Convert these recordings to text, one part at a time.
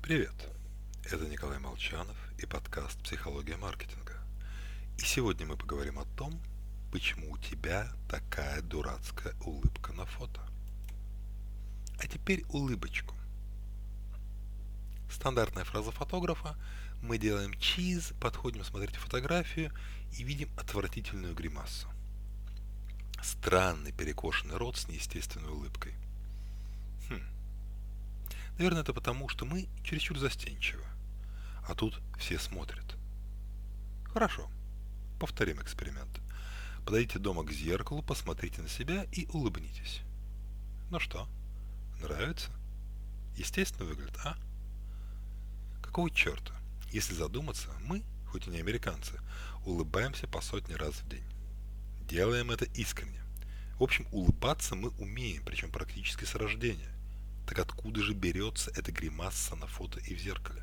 Привет! Это Николай Молчанов и подкаст «Психология маркетинга». И сегодня мы поговорим о том, почему у тебя такая дурацкая улыбка на фото. А теперь улыбочку. Стандартная фраза фотографа: мы делаем чиз, подходим смотреть фотографию и видим отвратительную гримасу. Странный перекошенный рот с неестественной улыбкой. Хм. Наверное, это потому, что мы чересчур застенчивы. А тут все смотрят. Хорошо. Повторим эксперимент. Подойдите дома к зеркалу, посмотрите на себя и улыбнитесь. Ну что, нравится? Естественно выглядит, а? Какого черта? Если задуматься, мы, хоть и не американцы, улыбаемся по сотни раз в день. Делаем это искренне. В общем, улыбаться мы умеем, причем практически с рождения. Так откуда же берется эта гримаса на фото и в зеркале?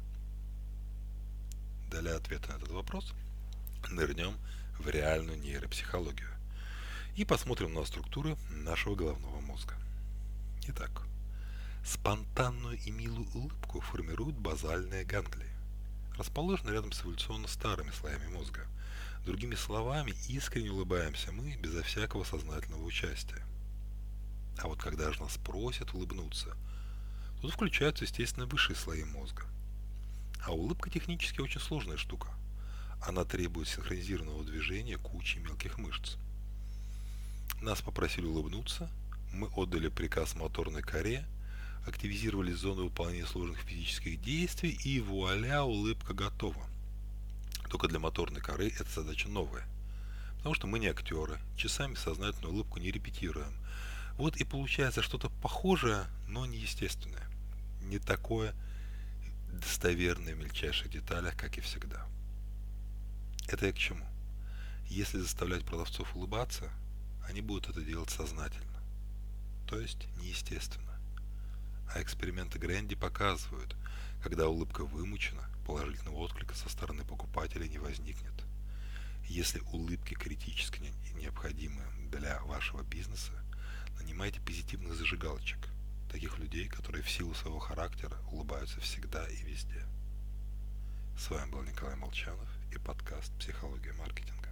Для ответа на этот вопрос нырнем в реальную нейропсихологию и посмотрим на структуры нашего головного мозга. Итак, спонтанную и милую улыбку формируют базальные ганглии, расположенные рядом с эволюционно старыми слоями мозга. Другими словами, искренне улыбаемся мы безо всякого сознательного участия. А вот когда же нас просят улыбнуться, тут включаются, естественно, высшие слои мозга. А улыбка технически очень сложная штука. Она требует синхронизированного движения кучи мелких мышц. Нас попросили улыбнуться, мы отдали приказ моторной коре, активизировали зону выполнения сложных физических действий, и вуаля, улыбка готова. Только для моторной коры эта задача новая. Потому что мы не актеры, часами сознательную улыбку не репетируем. Вот и получается что-то похожее, но неестественное. Не такое достоверное в мельчайших деталях, как и всегда. Это я к чему? Если заставлять продавцов улыбаться, они будут это делать сознательно, то есть неестественно. А эксперименты Гренди показывают, когда улыбка вымучена, положительного отклика со стороны покупателя не возникнет. Если улыбки критически необходимы для вашего бизнеса, нанимайте позитивных зажигалочек, таких людей, которые в силу своего характера улыбаются всегда и везде. С вами был Николай Молчанов и подкаст «Психология маркетинга».